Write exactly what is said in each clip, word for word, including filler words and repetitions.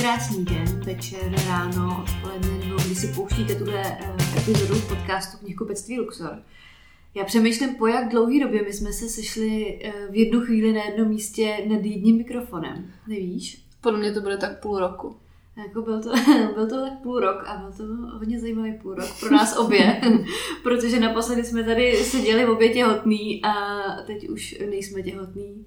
krásný den, večer, ráno, odpoledne, nebo když si pouštíte tuhle epizodu podcastu Knihkupectví Luxor. Já přemýšlím, po jak dlouhý době my jsme se sešli v jednu chvíli na jednom místě nad jedním mikrofonem. Nevíš? Podle mě to bude tak půl roku. Jako byl to, byl to tak půl rok a byl to hodně zajímavý půl rok pro nás obě, protože naposledy jsme tady seděli obě těhotný a teď už nejsme těhotný.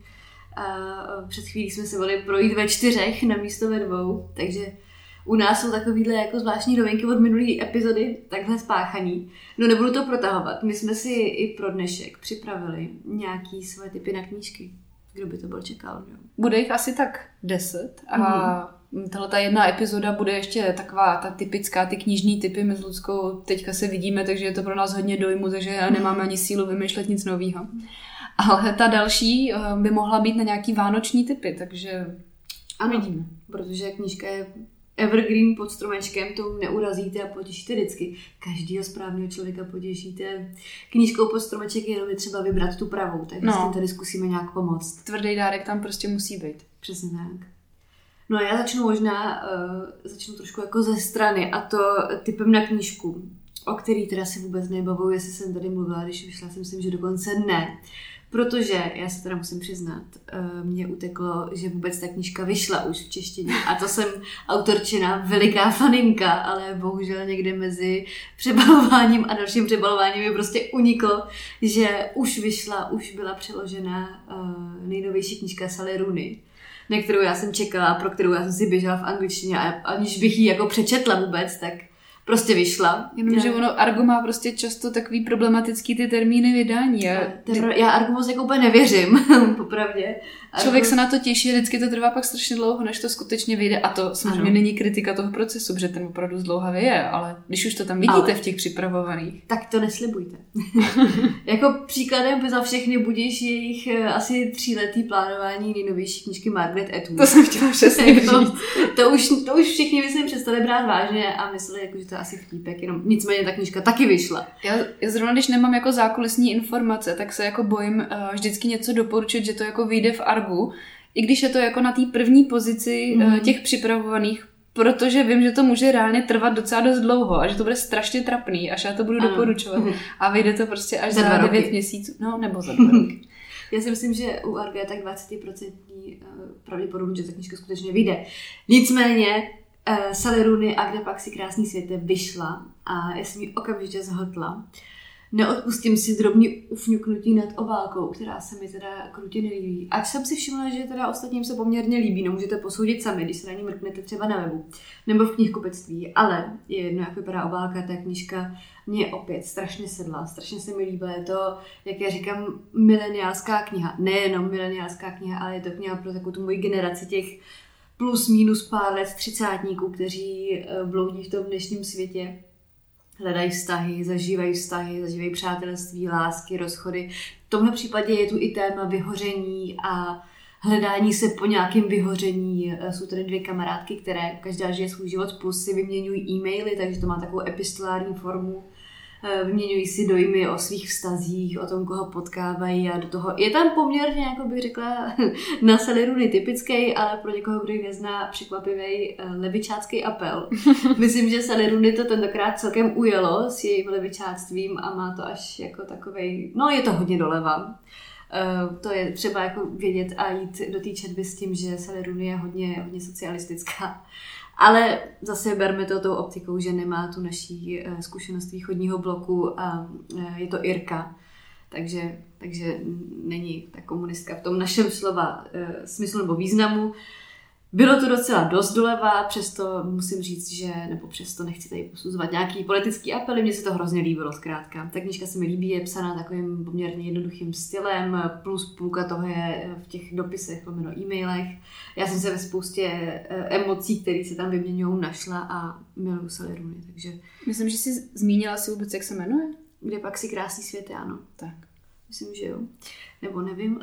A před chvílí jsme se volili projít ve čtyřech na místo ve dvou, takže u nás jsou takovýhle jako zvláštní novinky od minulý epizody, takhle spáchaný. No nebudu to protahovat, my jsme si i pro dnešek připravili nějaký své tipy na knížky. Kdo by to byl čekal, jo? Bude jich asi tak deset a mm. tahle ta jedna epizoda bude ještě taková ta typická, ty knižní typy. My s Luckou teďka se vidíme, takže je to pro nás hodně dojmu, takže nemáme ani sílu vymýšlet nic nového. Ale ta další by mohla být na nějaký vánoční typy, takže ano, vidíme. Protože knížka je evergreen pod stromečkem, to neurazíte a potěšíte vždycky. Každýho správného člověka potěšíte. Knížkou pod stromeček je jenom je třeba vybrat tu pravou, takže no. S tím tady zkusíme nějak pomoct. Tvrdý dárek tam prostě musí být. Přesně tak. No a já začnu možná, uh, začnu trošku jako ze strany a to typem na knížku, o který teda si vůbec nebavuju, jestli jsem tady mluvila, když vyšla, si myslím, že dokonce ne. Protože, já se teda musím přiznat, mně uteklo, že vůbec ta knížka vyšla už v češtině a to jsem autorčina veliká faninka, ale bohužel někde mezi přebalováním a dalším přebalováním mi prostě uniklo, že už vyšla, už byla přeložena nejnovější knížka Sally Rooney, na kterou já jsem čekala, pro kterou já jsem si běžela v angličtině a aniž bych ji jako přečetla vůbec, tak prostě vyšla. Jenomže ono Argo má prostě často takový problematický ty termíny vydání. Já, já Argo moc jako úplně nevěřím, popravdě. Argo... Člověk se na to těší, vždycky to trvá pak strašně dlouho, než to skutečně vyjde. A to samozřejmě není kritika toho procesu, protože ten opravdu zdlouhavě je, ale když už to tam vidíte ale... v těch připravovaných. Tak to neslibujte. Jako příkladem by za všechny budíš jejich asi tříletý plánování nejnovější knížky Margaret Atwood. To jsem chtěla přesně říct. to, už, to už všichni myslím přestali brát vážně a mysleli, jako, že to je asi vtípek, jenom nicméně ta knížka taky vyšla. Já, já zrovna, když nemám jako zákulisní informace, tak se jako bojím uh, vždycky něco doporučit, že to jako vyjde v Argu, i když je to jako na té první pozici mm. uh, těch připravovaných, protože vím, že to může reálně trvat docela dost dlouho a že to bude strašně trapný, až já to budu ano. doporučovat. Mm. A vyjde to prostě až za, za devět měsíců, no nebo za dva roky. Já si myslím, že u Arga je tak dvacet procent pravděpodobně, že ta knížka skutečně vyjde. Nicméně Uh, Sally Rooney a Kde pak si krásný světe vyšla a já jsem ji okamžitě zhltla. Neodpustím si drobný ufňuknutí nad obálkou, která se mi teda krutě nelíbí. Ač jsem si všimla, že teda ostatním se poměrně líbí, no můžete posoudit sami, když se na ní mrknete třeba na webu nebo v knihkupectví, ale je jedno, jak vypadá obálka, ta knížka mě opět strašně sedla, strašně se mi líbila. Je to, jak já říkám, mileniálská kniha. Nejenom mileniálská kniha, ale je to kniha pro takovou tu moji generaci těch plus minus pár let třicátníků, kteří bloudí v tom dnešním světě, hledají vztahy, zažívají vztahy, zažívají přátelství, lásky, rozchody. V tomhle případě je tu i téma vyhoření a hledání se po nějakém vyhoření. Jsou tady dvě kamarádky, které každá žije svůj život, plus si vyměňují e-maily, takže to má takovou epistolární formu. Vyměňují si dojmy o svých vztazích, o tom, koho potkávají a do toho. Je tam poměrně, jako bych řekla, na Sally Rooney typický, ale pro někoho, kdo ji nezná, překvapivý levičácký apel. Myslím, že Sally Rooney to tentokrát celkem ujelo s jejím levičáctvím a má to až jako takovej, no je to hodně doleva. Uh, to je třeba jako vědět a jít do té četby s tím, že Sally Rooney je hodně, hodně socialistická. Ale zase berme to tou optikou, že nemá tu naší uh, zkušenost východního bloku a uh, je to Irka. Takže, takže není ta komunistka v tom našem slova uh, smyslu nebo významu. Bylo to docela dost doleva, přesto musím říct, že, nebo přesto nechci tady posuzovat nějaký politický apely, mně se to hrozně líbilo zkrátka. Ta knížka se mi líbí, je psaná takovým poměrně jednoduchým stylem, plus půlka toho je v těch dopisech, pomeno e-mailech. Já jsem se ve spoustě emocí, které se tam vyměňují, našla a miluju Sally Rooney, takže... Myslím, že jsi zmínila si vůbec, jak se jmenuje? Kde pak si krásný svět, ano. Tak. Myslím, že jo. Nebo nevím.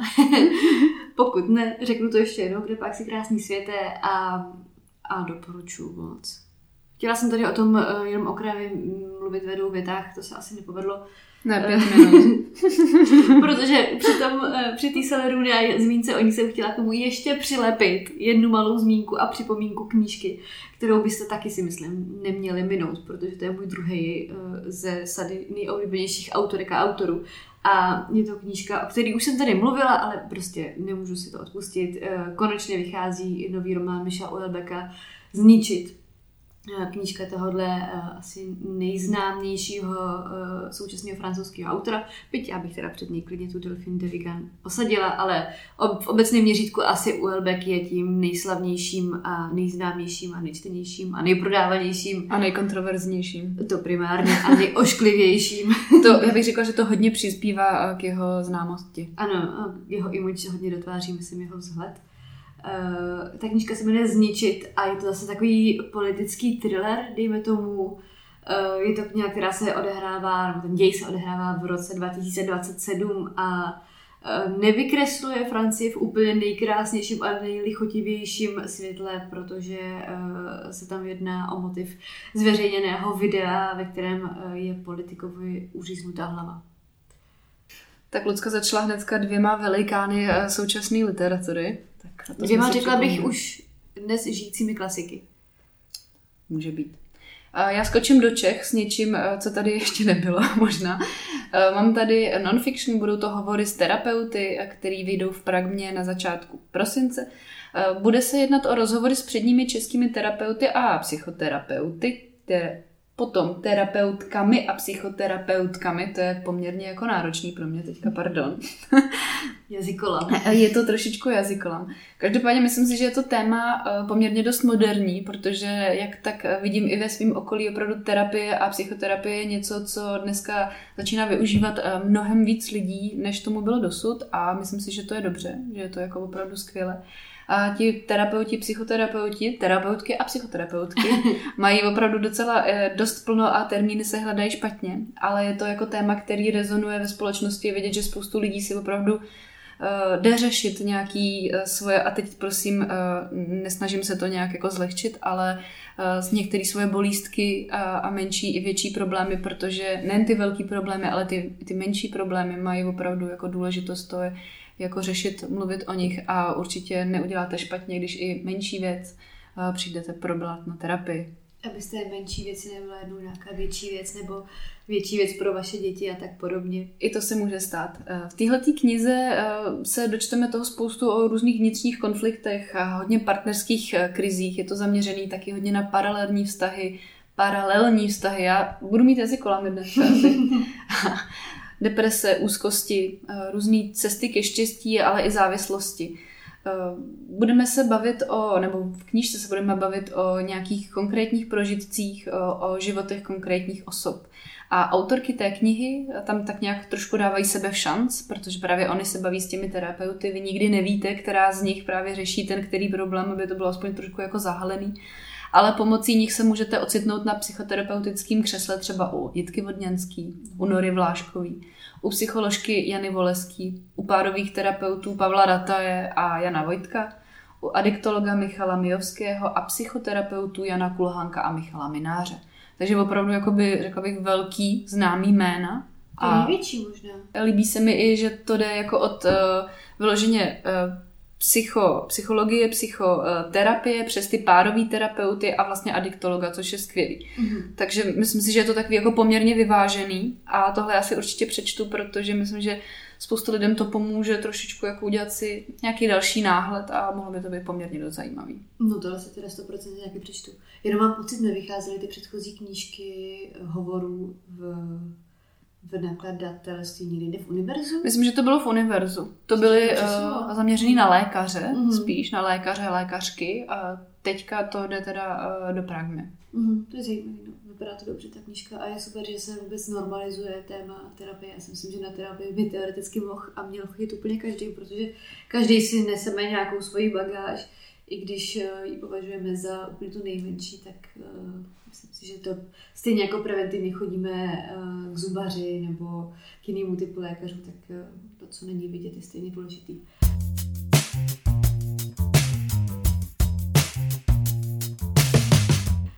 Pokud ne, řeknu to ještě jednou, Kde pak si krásný světe a, a doporučuji moc. Chtěla jsem tady o tom uh, jenom okrajově mluvit ve dvou větách, to se asi nepovedlo. Ne, pět minut. Protože při, tom, uh, při té Saleruni a zmínce o ní jsem chtěla tomu ještě přilepit jednu malou zmínku a připomínku knížky, kterou byste taky si myslím neměli minout, protože to je můj druhý uh, ze sady nejoblíbenějších autorek a autorů. A je to knížka, o které už jsem tady mluvila, ale prostě nemůžu si to odpustit. Uh, konečně vychází nový román Michela Houellebecqa Zničit. Knížka tohohle uh, asi nejznámějšího uh, současného francouzského autora, byť já bych teda před něj klidně tu Delphine de Vigan posadila, ale ob, v obecném měřítku asi Houellebecq je tím nejslavnějším a nejznámějším a nejčtenějším a nejprodávanějším. A nejkontroverznějším. To primárně a nejošklivějším. To, já bych řekla, že to hodně přispívá k jeho známosti. Ano, jeho image hodně dotváří, myslím, jeho vzhled. Uh, ta knížka se jmenuje Zničit a je to zase takový politický thriller, dejme tomu. Uh, je to kniha, která se odehrává, nebo ten děj se odehrává v roce dva tisíce dvacet sedm a uh, nevykresluje Francii v úplně nejkrásnějším a nejlichotivějším světle, protože uh, se tam jedná o motiv zveřejněného videa, ve kterém uh, je politikovi uříznutá hlava. Tak Lucka začala hnedka dvěma velikány současné literatury. Tak dvěma řekla bych už dnes žijícími klasiky. Může být. Já skočím do Čech s něčím, co tady ještě nebylo možná. Mám tady non-fiction, budou to hovory s terapeuty, který vyjdou v Pragmě na začátku prosince. Bude se jednat o rozhovory s předními českými terapeuty a psychoterapeuty, které potom terapeutkami a psychoterapeutkami, to je poměrně jako náročný pro mě teďka, pardon. Jazykolam. Je to trošičku jazykolam. Každopádně myslím si, že je to téma poměrně dost moderní, protože jak tak vidím i ve svém okolí, opravdu terapie a psychoterapie je něco, co dneska začíná využívat mnohem víc lidí, než tomu bylo dosud a myslím si, že to je dobře, že je to jako opravdu skvělé. A ti terapeuti, psychoterapeuti, terapeutky a psychoterapeutky mají opravdu docela dost plno a termíny se hledají špatně, ale je to jako téma, který rezonuje ve společnosti. Je vidět, že spoustu lidí si opravdu uh, jde řešit nějaký uh, svoje, a teď prosím, uh, nesnažím se to nějak jako zlehčit, ale uh, některé svoje bolístky a, a menší i větší problémy, protože nejen ty velký problémy, ale ty, ty menší problémy mají opravdu jako důležitost, to je jako řešit, mluvit o nich a určitě neuděláte špatně, když i menší věc přijdete probrat na terapii. Abyste menší věci nebyla jednou nějaká větší věc nebo větší věc pro vaše děti a tak podobně. I to se může stát. V téhletý knize se dočteme toho spoustu o různých vnitřních konfliktech a hodně partnerských krizích. Je to zaměřený taky hodně na paralelní vztahy, paralelní vztahy. Já budu mít jazykolamy dnes. Deprese, úzkosti, různé cesty ke štěstí, ale i závislosti. Budeme se bavit o, nebo v knížce se budeme bavit o nějakých konkrétních prožitcích, o, o životech konkrétních osob. A autorky té knihy tam tak nějak trošku dávají sebe v šanc, protože právě oni se baví s těmi terapeuty. Vy nikdy nevíte, která z nich právě řeší ten který problém, aby to bylo aspoň trošku jako zahalený. Ale pomocí nich se můžete ocitnout na psychoterapeutickém křesle třeba u Jitky Vodňanský, u Nory Vláškový, u psycholožky Jany Voleský, u párových terapeutů Pavla Rataje a Jana Vojtka, u adiktologa Michala Mijovského a psychoterapeutů Jana Kulhánka a Michala Mináře. Takže opravdu, jakoby, řekla bych, velký známý jména. A největší možná. Líbí se mi i, že to jde jako od uh, vyloženě uh, Psycho, psychologie, psychoterapie přes ty párový terapeuty a vlastně adiktologa, což je skvělý. Mm-hmm. Takže myslím si, že je to takový jako poměrně vyvážený a tohle já si určitě přečtu, protože myslím, že spoustu lidem to pomůže trošičku jako udělat si nějaký další náhled a mohlo by to být poměrně dost zajímavý. No tohle se teda sto procent nějaký přečtu. Jenom mám pocit, nevycházely ty předchozí knížky hovorů v... v nakladatelství někdy v Univerzu? Myslím, že to bylo v Univerzu. To byly uh, zaměřený na lékaře, mm-hmm. spíš na lékaře, lékařky a teďka to jde teda uh, do Pragmy. Mm-hmm, to je zajímavé, no. Vypadá to dobře ta knížka a je super, že se vůbec normalizuje téma terapie. Já si myslím, že na terapii by teoreticky mohl a měl chodit úplně každý, protože každý si neseme nějakou svoji bagáž. I když ji považujeme za úplně tu nejmenší, tak uh, myslím si, že to stejně jako preventivně chodíme uh, k zubaři nebo k jinému typu lékařů, tak uh, to, co není vidět, je stejně důležitý.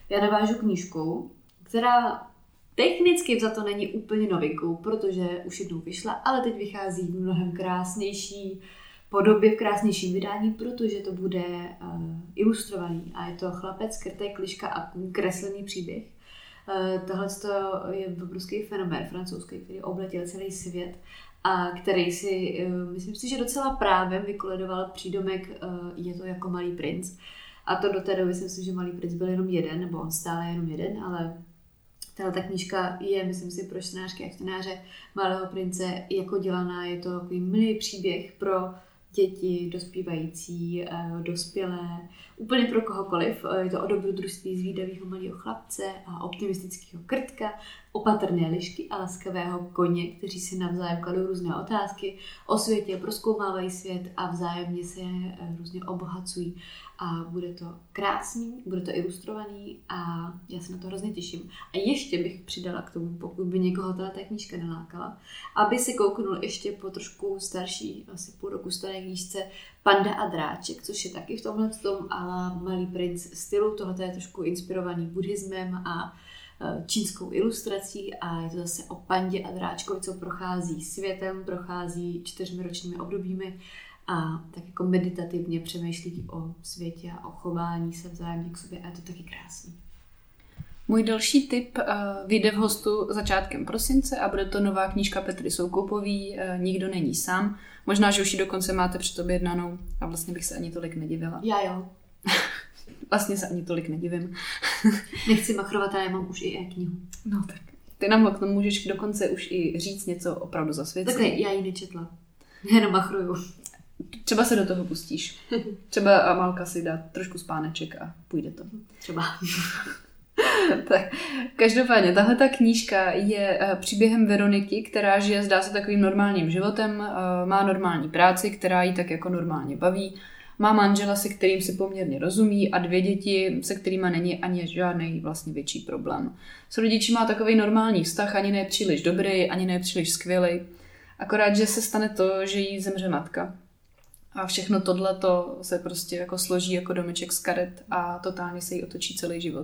já navážu knížkou, která technicky za to není úplně novinkou, protože už jednou vyšla, ale teď vychází v mnohem krásnější podobě, v krásnějším vydání, protože to bude uh, ilustrovaný a je to Chlapec, krtek, liška a kreslený příběh. Uh, Tohle je obrovský fenomén francouzský, který obletěl celý svět a který si, uh, myslím si, že docela právem vykoledoval přídomek uh, je to jako Malý princ. A to do té doby si myslím, že Malý princ byl jenom jeden, nebo on stále jenom jeden, ale tahle ta knížka je, myslím si, pro čtenářky a čtenáře Malého prince jako dělaná. Je to takový milý příběh pro děti, dospívající, dospělé, úplně pro kohokoliv. Je to o dobrodružství zvídavého malého chlapce a optimistického krtka, opatrné lišky a laskavého koně, kteří si navzájem kladou různé otázky o světě, prozkoumávají svět a vzájemně se různě obohacují. A bude to krásný, bude to ilustrovaný a já se na to hrozně těším. A ještě bych přidala k tomu, pokud by někoho ta knížka nalákala, aby si kouknul ještě po trošku starší, asi půl roku staré knížce Panda a dráček, což je taky v tomhle tom ale Malý princ stylu. Tohle je trošku inspirovaný buddhismem a čínskou ilustrací a je to zase o pandě a dráčkovi, co prochází světem, prochází čtyřmi ročními obdobími a tak jako meditativně přemýšlí o světě a o chování se vzájemně k sobě a je to taky krásný. Můj další tip uh, vyjde v hostu začátkem prosince a bude to nová knížka Petry Soukupový uh, Nikdo není sám. Možná, že už ji dokonce máte předobjednanou a vlastně bych se ani tolik nedivila. Já jo. Vlastně se ani tolik nedivím. Nechci machrovat, ale já mám už i e-knihu. No tak. Ty nám k tomu můžeš dokonce už i říct něco opravdu zasvěcené. Takhle, já ji nečetla. Jenom machruju. Třeba se do toho pustíš. Třeba Amalka si dá trošku spáneček a půjde to. Třeba. Tak, každopádně, tahle ta knížka je příběhem Veroniky, která žije, zdá se, takovým normálním životem, má normální práci, která jí tak jako normálně baví, má manžela, se kterým si poměrně rozumí a dvě děti, se kterýma není ani žádný vlastně větší problém. S rodiči má takový normální vztah, ani ne příliš dobrý, ani ne příliš skvělý, akorát, že se stane to, že jí zemře matka. A všechno tohleto se prostě jako složí jako domeček z karet a totálně se jí otočí celý život.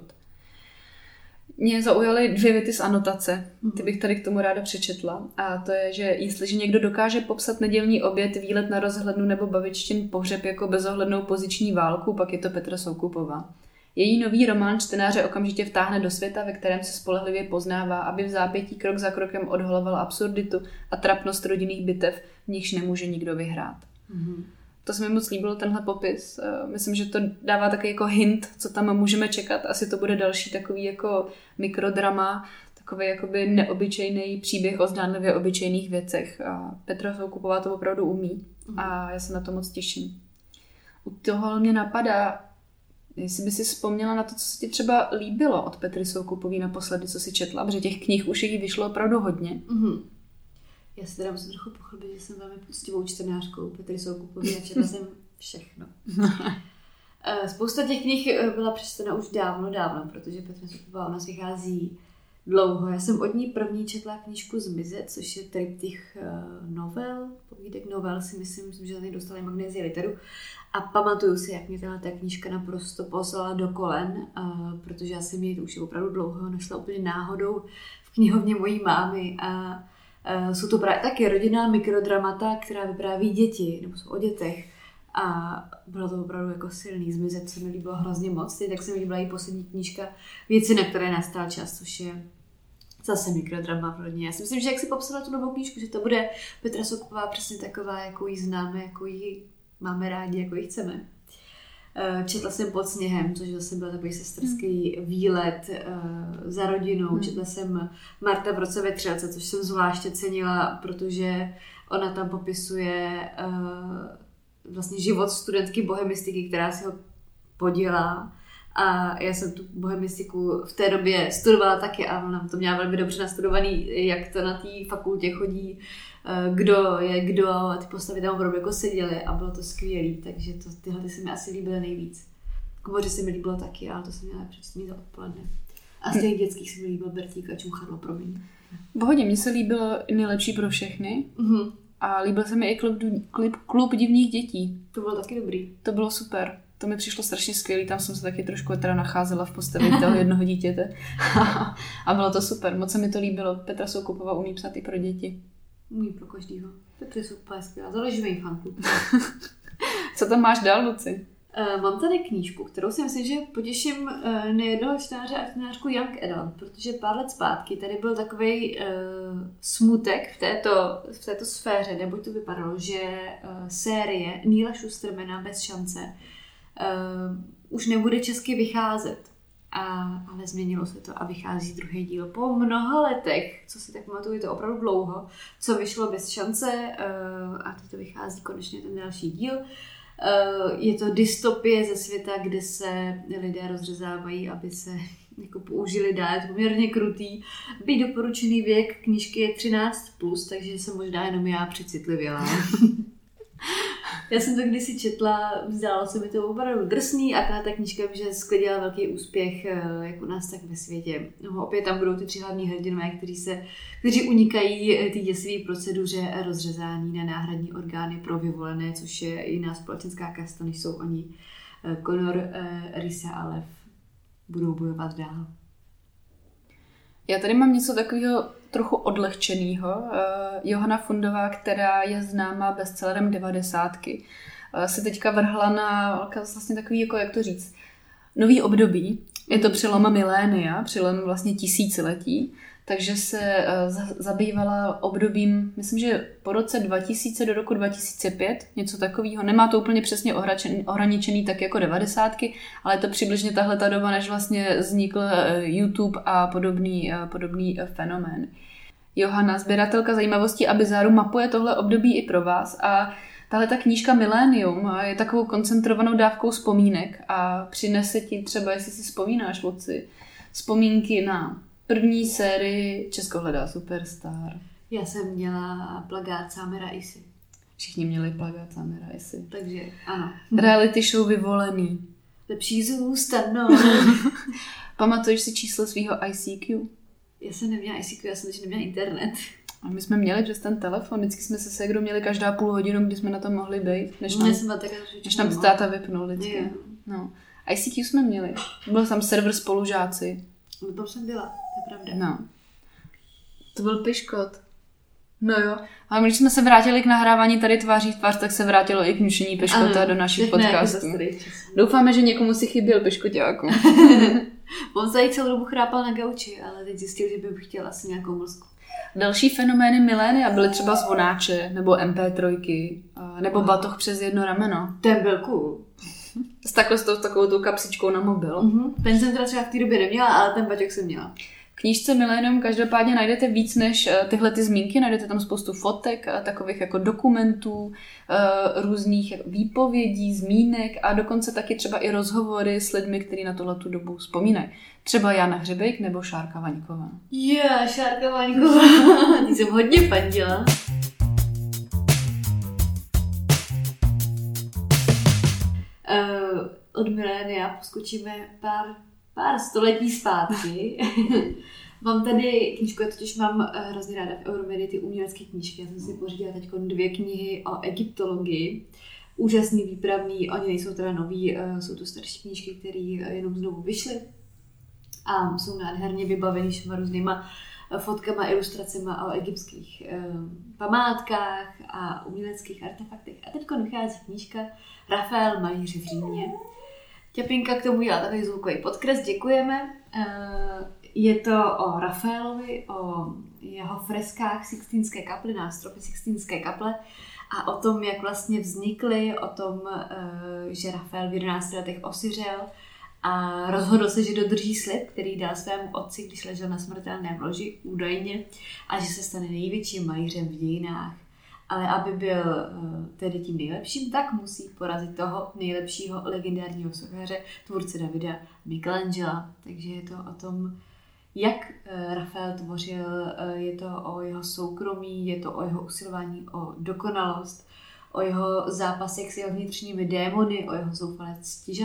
Mě zaujaly dvě věty z anotace, ty bych tady k tomu ráda přečetla. A to je, že jestliže někdo dokáže popsat nedělní oběd, výlet na rozhlednu nebo babičtin pohřeb jako bezohlednou poziční válku, pak je to Petra Soukupová. Její nový román čtenáře okamžitě vtáhne do světa, ve kterém se spolehlivě poznává, aby v zápětí krok za krokem odhaloval absurditu a trapnost rodinných bitev, v nichž nemůže nikdo vyhrát. Mm-hmm. To se mi moc líbilo, tenhle popis. Myslím, že to dává taky jako hint, co tam můžeme čekat. Asi to bude další takový jako mikrodrama, takový jakoby neobyčejný příběh o zdánlivě obyčejných věcech. A Petra Soukupová to opravdu umí a já se na to moc těším. U toho mě napadá, jestli by si vzpomněla na to, co se ti třeba líbilo od Petry Soukupové naposledy, co si četla, protože těch knih už jí vyšlo opravdu hodně. Mm-hmm. Já se teda musím trochu pochlubit, že jsem velmi poctivou čtenářkou Petry Soukupové a četla jsem všechno. Spousta těch knih byla přečtena už dávno, dávno, protože Petra Soukupová u nás vychází dlouho. Já jsem od ní první četla knížku Zmizet, což je triptych novel, povídek novel, si myslím, myslím, že za něj dostala Magnézii literu. A pamatuju si, jak mě tahle ta knížka naprosto poslala do kolen, protože já jsem ji, to už je opravdu dlouho, našla úplně náhodou v knihovně mojí mámy a jsou to právě taky rodinná mikrodramata, která vypráví děti, nebo jsou o dětech. A bylo to opravdu jako silný. Zmizet se mi líbilo hrozně moc. Teď tak se mi líbila i poslední knížka Věci, na které nastal čas, což je zase mikrodrama v rodině. Já si myslím, že jak si popsala tu novou knížku, že to bude Petra Soukupová přesně taková, jakou ji známe, jakou ji máme rádi, jako ji chceme. Četla jsem Pod sněhem, což zase byl takový sesterský výlet za rodinou. Četla jsem Marta v roce ve třelce, což jsem zvláště cenila, protože ona tam popisuje vlastně život studentky bohemistiky, která si ho podělá. A já jsem tu bohemistiku v té době studovala taky a ona to měla velmi dobře nastudovaný, jak to na té fakultě chodí, kdo je kdo, a ty postavy tam opravdu jako seděly a bylo to skvělý, takže to, tyhle ty se mi asi líbily nejvíc. K moři se mi líbilo taky, ale to jsem měla přečtený za odpoledne. A z těch dětských se mi líbil Bertík a Čumchadlo, promiň. V pohodě, mně se líbilo Nejlepší pro všechny. Mm-hmm. A líbil se mi i klub, klub, klub divných dětí. To bylo taky dobrý. To bylo super. To mi přišlo strašně skvělý, tam jsem se taky trošku teda nacházela v postavě toho jednoho dítěte. A bylo to super, moc se mi to líbilo. Petra Soukupová umí psát i pro děti. Umí pro každýho. Petra je super skvělá, založíme jí fanku. Co tam máš dál, Luci? Uh, mám tady knížku, kterou si myslím, že potěším uh, nejednoho čtenáře a čtenářku Young Adult, protože pár let zpátky tady byl takovej uh, smutek v této, v této sféře, neboť to vypadalo, že uh, série Neila Shustermana Bez šance uh, už nebude česky vycházet. A, ale změnilo se to a vychází druhý díl po mnoha letech, co si tak pamatuju, je to opravdu dlouho, co vyšlo Bez šance uh, a teď to vychází konečně ten další díl. Je to dystopie ze světa, kde se lidé rozřezávají, aby se jako použili dál. Je to poměrně krutý. Být doporučený věk knížky je třináct plus, takže jsem možná jenom já přecitlivěla. Já jsem to kdysi četla, zdálo se mi to opravdu drsný a ta knížka že sklidila velký úspěch jak u nás, tak ve světě. No, opět tam budou ty tři hlavní hrdinové, kteří, se, kteří unikají té děsivé proceduře rozřezání na náhradní orgány pro vyvolené, což je jiná společenská kasta, než jsou oni. Connor, Risa a Lev budou bojovat dál. Já tady mám něco takového trochu odlehčeného. Uh, Johana Fundová, která je známá bestsellerem devadesátky, uh, se teďka vrhla na vlastně takový, jako jak to říct, nový období. Je to přelom milénia, přelom vlastně tisíciletí, takže se uh, za, zabývala obdobím, myslím, že po roce dva tisíce do roku dva tisíce pět, něco takového. Nemá to úplně přesně ohračený, ohraničený tak jako devadesátky, ale je to přibližně tahle ta doba, než vlastně vznikl uh, YouTube a podobný, uh, podobný uh, fenomén. Johana, sběratelka zajímavostí a bizáru, mapuje tohle období i pro vás a tahle ta knížka Milénium je takovou koncentrovanou dávkou vzpomínek a přinese ti třeba, jestli si vzpomínáš, Luci, vzpomínky na první sérii Česko hledá superstar. Já jsem měla plagát Sámera Isy. Všichni měli plagát Sámera Isy. Takže ano. Reality show Vyvolený. Lepší zůstanou. Pamatuješ si číslo svého I C Q? Já jsem neměla I C Q, já jsem neměla internet. A my jsme měli přes ten telefon, vždycky jsme se ségrou měli každá půl hodinu, kdy jsme na tom mohli být, než nám, no, než nám táta vypnul vždycky. No. I C Q jsme měli. Byl tam server Spolužáci. No tam jsem byla, to je pravda. No. To byl piškot. No jo. A když jsme se vrátili k nahrávání tady tváří v tvář, tak se vrátilo i k nušení piškota ano, do našich podcastů. Doufáme, že někomu si chyběl piškoťáku. On se celou dobu chrápal na gauči, ale teď zjistil, že by chtěl asi nějakou mozku. Další fenomény milénia byly třeba zvonáče, nebo em pé tři, nebo wow. Batoh přes jedno rameno. Ten byl cool. S takhle s, tou, s takovou tou kapsičkou na mobil. Uh-huh. Ten jsem teda třeba v té době neměla, ale ten baťok jsem měla. V knížce Milénium každopádně najdete víc než tyhle ty zmínky, najdete tam spoustu fotek, takových jako dokumentů, různých výpovědí, zmínek a dokonce taky třeba i rozhovory s lidmi, kteří na tohle tu dobu vzpomínají. Třeba Jana Hřebejk nebo Šárka Vaňková. Jo, yeah, Šárka Vaňková, ty jsem hodně fandila. Uh, od milénia poskočíme pár, pár století zpátky. Mám tady knížku, já totiž mám hrozně ráda v Euromedii ty umělecké knížky. Já jsem si pořídila teď dvě knihy o egyptologii. Úžasný, výpravný, oni nejsou teda nový, jsou to starší knížky, které jenom znovu vyšly. A jsou nádherně vybavený všema různýma fotkama, ilustracema o egyptských památkách a uměleckých artefaktech. A teď vychází knížka Rafael Malíř v Římě. Těpinka k tomu dělá takový zvukový podkres, děkujeme. Je to o Rafaelovi, o jeho freskách Sixtínské kaple, nástropy Sixtínské kaple a o tom, jak vlastně vznikly, o tom, že Rafael v jedenácti letech osiřel a rozhodl se, že dodrží slib, který dal svému otci, když ležel na smrtelném loži, údajně, a že se stane největším malířem v dějinách. Ale aby byl tedy tím nejlepším, tak musí porazit toho nejlepšího legendárního sochaře, tvůrce Davida, Michelangela. Takže je to o tom, jak Rafael tvořil, je to o jeho soukromí, je to o jeho usilování o dokonalost, o jeho zápasech s jeho vnitřními démony, o jeho zoufalé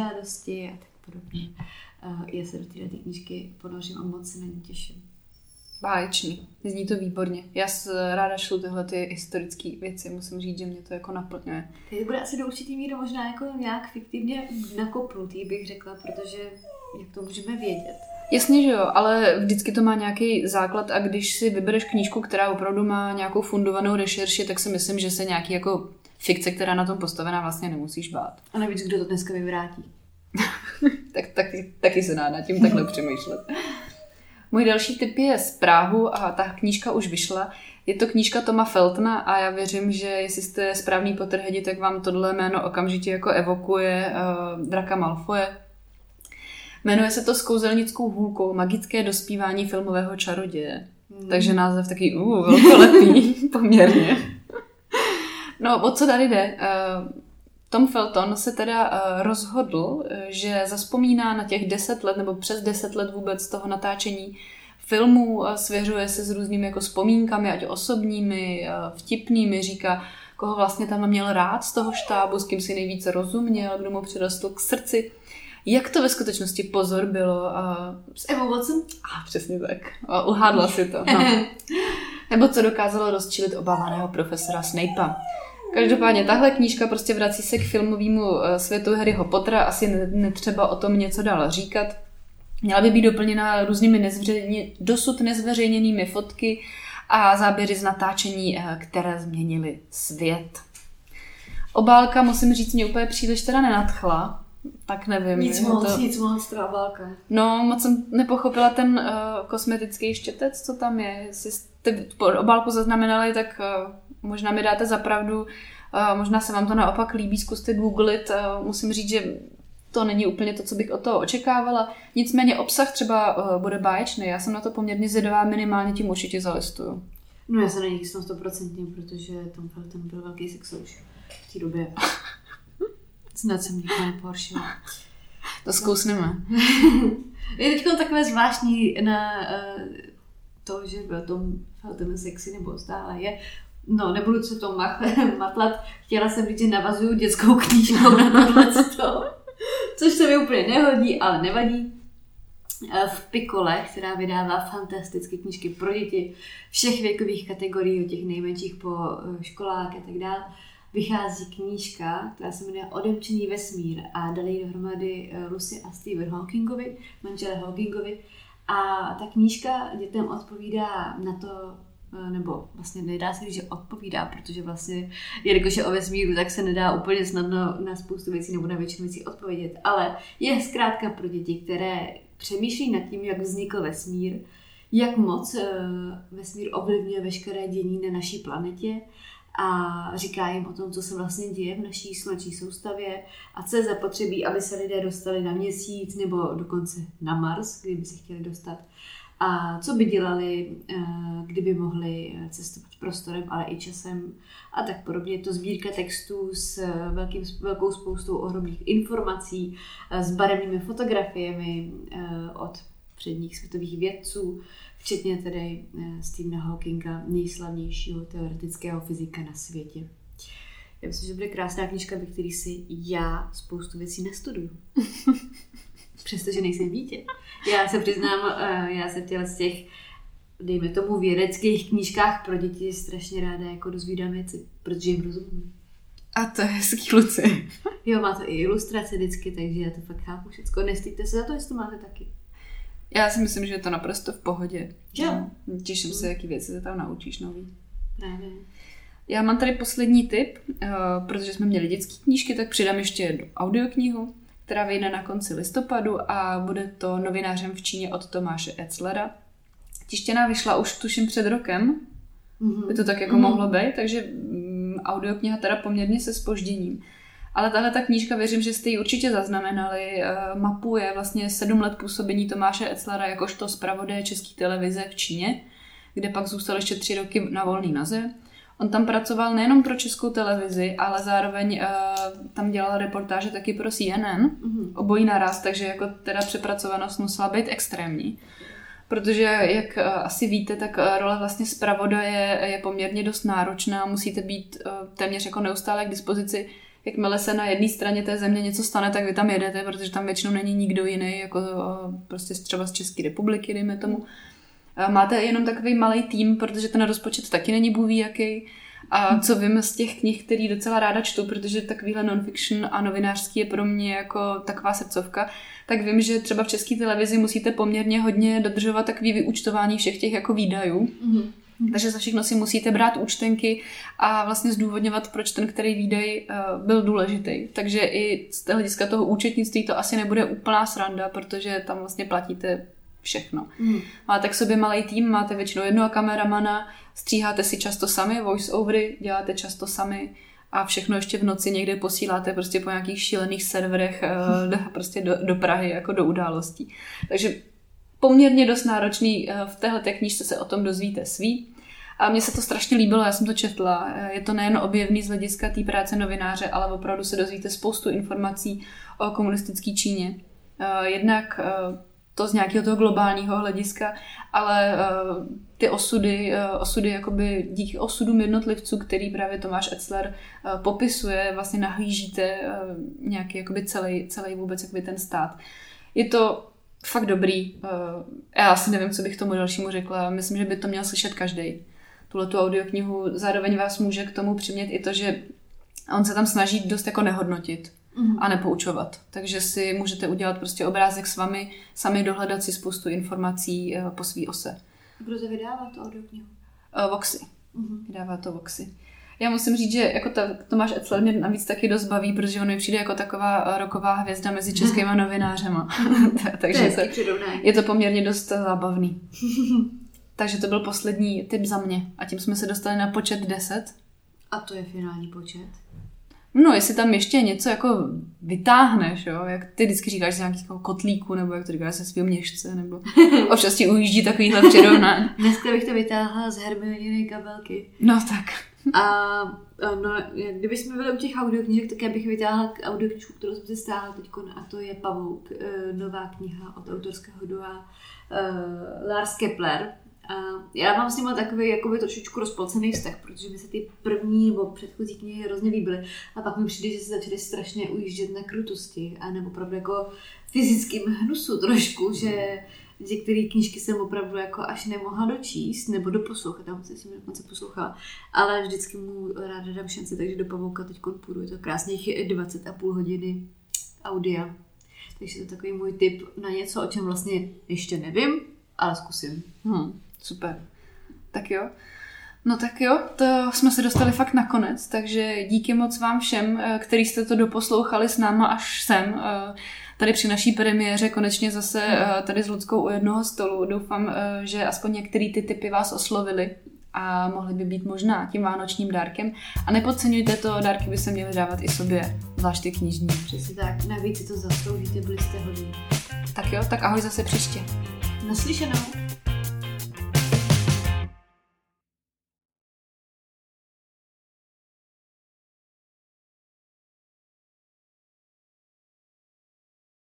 ctižádosti a tak podobně. Já se do této knížky ponořím a moc se na ní těším. Báječný. Zní to výborně. Já ráda šlu tyhle ty historické věci. Musím říct, že mě to jako naplňuje. Teď bude asi do určitý míry možná jako nějak fiktivně nakopnutý, bych řekla, protože jak to můžeme vědět. Jasně, že jo, ale vždycky to má nějaký základ a když si vybereš knížku, která opravdu má nějakou fundovanou rešerši, tak si myslím, že se nějaký jako fikce, která na tom postavená, vlastně nemusíš bát. A navíc, kdo to dneska vyvrátí. tak taky, taky se dá nad tím takhle přemýšlet. Můj další tip je z Prahu a ta knížka už vyšla. Je to knížka Toma Feltona a já věřím, že jestli jste správný Potterheadi, tak vám tohle jméno okamžitě jako evokuje uh, Draka Malfoje. Jmenuje se to S kouzelnickou hůlkou magické dospívání filmového čaroděje. Hmm. Takže název taky uh, velkolepý poměrně. No, o co tady jde? Uh, Tom Felton se teda uh, rozhodl, že zazpomíná na těch deset let nebo přes deset let vůbec toho natáčení filmů, uh, svěřuje se s různými jako vzpomínkami, ať osobními, uh, vtipnými, říká, koho vlastně tam měl rád z toho štábu, s kým si nejvíce rozuměl, kdo mu přirostl k srdci. Jak to ve skutečnosti pozor bylo? Uh, s Emma Watson? A přesně tak. A uhádla si to. No. Nebo co dokázalo rozčilit obávaného profesora Snape'a. Každopádně tahle knížka prostě vrací se k filmovému světu Harryho Pottera, asi netřeba o tom něco dál říkat. Měla by být doplněna různými nezveřejně, dosud nezveřejněnými fotky a záběry z natáčení, které změnily svět. Obálka, musím říct, mě úplně příliš teda nenadchla, tak nevím. Nic moc, to... nic moc, teda obálka. No, moc jsem nepochopila ten uh, kosmetický štětec, co tam je. Jestli jste obálku zaznamenali, tak uh, možná mi dáte za pravdu, uh, možná se vám to naopak líbí, zkuste googlit. Uh, musím říct, že to není úplně to, co bych od toho očekávala. Nicméně obsah třeba uh, bude báječný. Já jsem na to poměrně zvědavá, minimálně tím určitě zalistuju. No já se na něj jsem stoprocentně, protože Tom Felton byl velký sexouš v té době. Snad jsem nikdo neporšila. To zkousneme. Je teď takové zvláštní na uh, to, že byl Tom Felton sexy, nebo stále je. No, nebudu se to matlat. Chtěla jsem říct, že navazuju dětskou knížkou na tohle to, což se mi úplně nehodí, ale nevadí. V Pikole, která vydává fantastické knížky pro děti všech věkových kategorií, od těch nejmenších po školák a tak dále, vychází knížka, která se jmenuje Odemčený vesmír a dali ji dohromady Lucy a Stephen Hawkingovi, manželé Hawkingovi. A ta knížka dětem odpovídá na to, nebo vlastně nedá se říct, že odpovídá, protože vlastně, jelikož je o vesmíru, tak se nedá úplně snadno na spoustu věcí nebo na většinu věcí odpovědět. Ale je zkrátka pro děti, které přemýšlí nad tím, jak vznikl vesmír, jak moc vesmír ovlivňuje veškeré dění na naší planetě a říká jim o tom, co se vlastně děje v naší sluneční soustavě a co je zapotřebí, aby se lidé dostali na Měsíc nebo dokonce na Mars, kdyby se chtěli dostat. A co by dělali, kdyby mohli cestovat prostorem, ale i časem a tak podobně. Je to sbírka textů s velkým, velkou spoustou ohromných informací, s barevnými fotografiemi od předních světových vědců, včetně tedy Stephena Hawkinga, nejslavnějšího teoretického fyzika na světě. Já myslím, že bude krásná knížka, ve které si já spoustu věcí nestuduju. Přestože nejsem dítě. Já se přiznám, já se v z těch, dejme tomu, vědeckých knížkách pro děti strašně ráda jako dozvídám věci, protože jim rozumím. A to je hezký, kluci. Jo, má to i ilustrace vždycky, takže já to fakt chápu všecko. Nestýďte se za to, jestli to máte taky. Já si myslím, že je to naprosto v pohodě. Jo. Těším se, jaký věci se tam naučíš nový. Právě. Já mám tady poslední tip, protože jsme měli dětské knížky, tak přidám ještě jednu audioknihu, která vyjde na konci listopadu a bude to Novinářem v Číně od Tomáše Etzlera. Tištěná vyšla už tuším před rokem, mm-hmm. by to tak jako mm-hmm. mohlo být, takže mm, audiokniha teda poměrně se zpožděním. Ale tahle ta knížka, věřím, že jste ji určitě zaznamenali, uh, mapuje vlastně sedm let působení Tomáše Etzlera jakožto zpravodaje České televize v Číně, kde pak zůstal ještě tři roky na volný noze. On tam pracoval nejenom pro Českou televizi, ale zároveň uh, tam dělal reportáže taky pro C N N, mm-hmm. obojí naraz, takže jako teda přepracovanost musela být extrémní. Protože, jak uh, asi víte, tak uh, role vlastně zpravodaje je poměrně dost náročná, musíte být uh, téměř jako neustále k dispozici. Jakmile se na jedné straně té země něco stane, tak vy tam jedete, protože tam většinou není nikdo jiný, jako uh, prostě třeba z České republiky, dejme tomu. Máte jenom takový malý tým, protože ten rozpočet taky není bůh ví jaký. A co vím z těch knih, který docela ráda čtu, protože takovýhle non-fiction a novinářský je pro mě jako taková srdcovka, tak vím, že třeba v České televizi musíte poměrně hodně dodržovat takový vyúčtování všech těch jako výdajů. Mm-hmm. Takže za všechno si musíte brát účtenky a vlastně zdůvodňovat, proč ten který výdaj uh, byl důležitý. Takže i z hlediska toho účetnictví to asi nebude úplná sranda, protože tam vlastně platíte všechno. Mm. Máte k sobě malý tým, máte většinou jednoho kameramana, stříháte si často sami, voice-overy děláte často sami a všechno ještě v noci někde posíláte prostě po nějakých šílených serverech mm. prostě do, do Prahy, jako do událostí. Takže poměrně dost náročný, v téhleté knížce se o tom dozvíte svý. A mně se to strašně líbilo, já jsem to četla. Je to nejen objevný z hlediska té práce novináře, ale opravdu se dozvíte spoustu informací o komunistické Číně. Jednak to z nějakého toho globálního hlediska, ale uh, ty osudy, uh, osudy jakoby díky osudům jednotlivců, který právě Tomáš Etzler uh, popisuje, vlastně nahlížíte uh, nějaký jakoby celý, celý vůbec jakoby ten stát. Je to fakt dobrý. Uh, já asi nevím, co bych tomu dalšímu řekla. Myslím, že by to měl slyšet každý. Tuhletu audioknihu zároveň vás může k tomu přimět i to, že on se tam snaží dost jako nehodnotit a nepoučovat. Takže si můžete udělat prostě obrázek s vámi, sami dohledat si spoustu informací uh, po svý ose. Kdo to vydává to audioknihu? Uh, Voxy. Uh-huh. Vydává to Voxy. Já musím říct, že jako ta, Tomáš Etzler mě navíc taky dost baví, protože on mi přijde jako taková roková hvězda mezi českýma novinářema. Takže to, je to poměrně dost zábavný. Takže to byl poslední tip za mě. A tím jsme se dostali na počet deset. A to je finální počet? No, jestli tam ještě něco jako vytáhneš, jo, jak ty vždycky říkáš z nějakého kotlíku, nebo jak to říkáš se svým měšce, nebo občas ti ujíždí takovýhle přirovnání. Dneska bych to vytáhla z Hermioniny kabelky. No tak. A no, kdybychom byli u těch audioknížek, tak já bych vytáhla audioknížku, kterou jsem si stáhla teďko, a to je Pavouk, nová kniha od autorského dua uh, Lars Kepler. A já mám s ním takový jakoby trošičku rozpolcený vztah, protože mi se ty první nebo předchozí knihy hrozně líbily a pak mi přijde, že se začaly strašně ujíždět na krutosti a nebo opravdu jako fyzickým hnusu trošku, že některé knížky jsem opravdu jako až nemohla dočíst nebo doposlouchat, tam jsem si dokonce poslouchala, ale vždycky mu ráda dám šanci, takže do Pavouka teď půjdu, je to krásných dvacet a půl hodiny audia, takže to je takový můj tip na něco, o čem vlastně ještě nevím, ale zkusím. Hmm. Super. Tak jo. No tak jo, to jsme se dostali fakt na konec, takže díky moc vám všem, kteří jste to doposlouchali s náma až sem. Tady při naší premiéře konečně zase tady s Luckou u jednoho stolu. Doufám, že aspoň některé ty tipy vás oslovily a mohly by být možná tím vánočním dárkem. A nepodceňujte to, dárky by se měly dávat i sobě, zvlášť ty knižní. Přesně tak, navíc si to zasloužíte, byli jste hodní. Tak jo, tak ahoj zase příště. Naslyšenou.